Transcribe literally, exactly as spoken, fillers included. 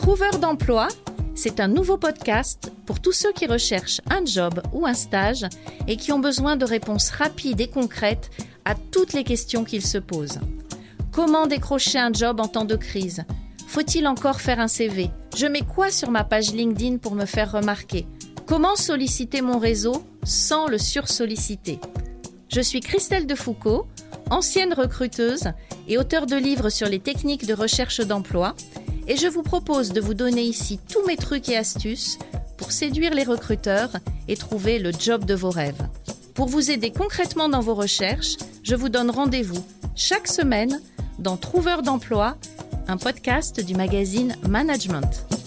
Trouveur d'emploi, c'est un nouveau podcast pour tous ceux qui recherchent un job ou un stage et qui ont besoin de réponses rapides et concrètes à toutes les questions qu'ils se posent. Comment décrocher un job en temps de crise ? Faut-il encore faire un C V ? Je mets quoi sur ma page LinkedIn pour me faire remarquer ? Comment solliciter mon réseau sans le sursolliciter ? Je suis Christelle Defoucault, ancienne recruteuse et auteure de livres sur les techniques de recherche d'emploi, et je vous propose de vous donner ici tous mes trucs et astuces pour séduire les recruteurs et trouver le job de vos rêves. Pour vous aider concrètement dans vos recherches, je vous donne rendez-vous chaque semaine dans Trouveur d'emploi, un podcast du magazine Management.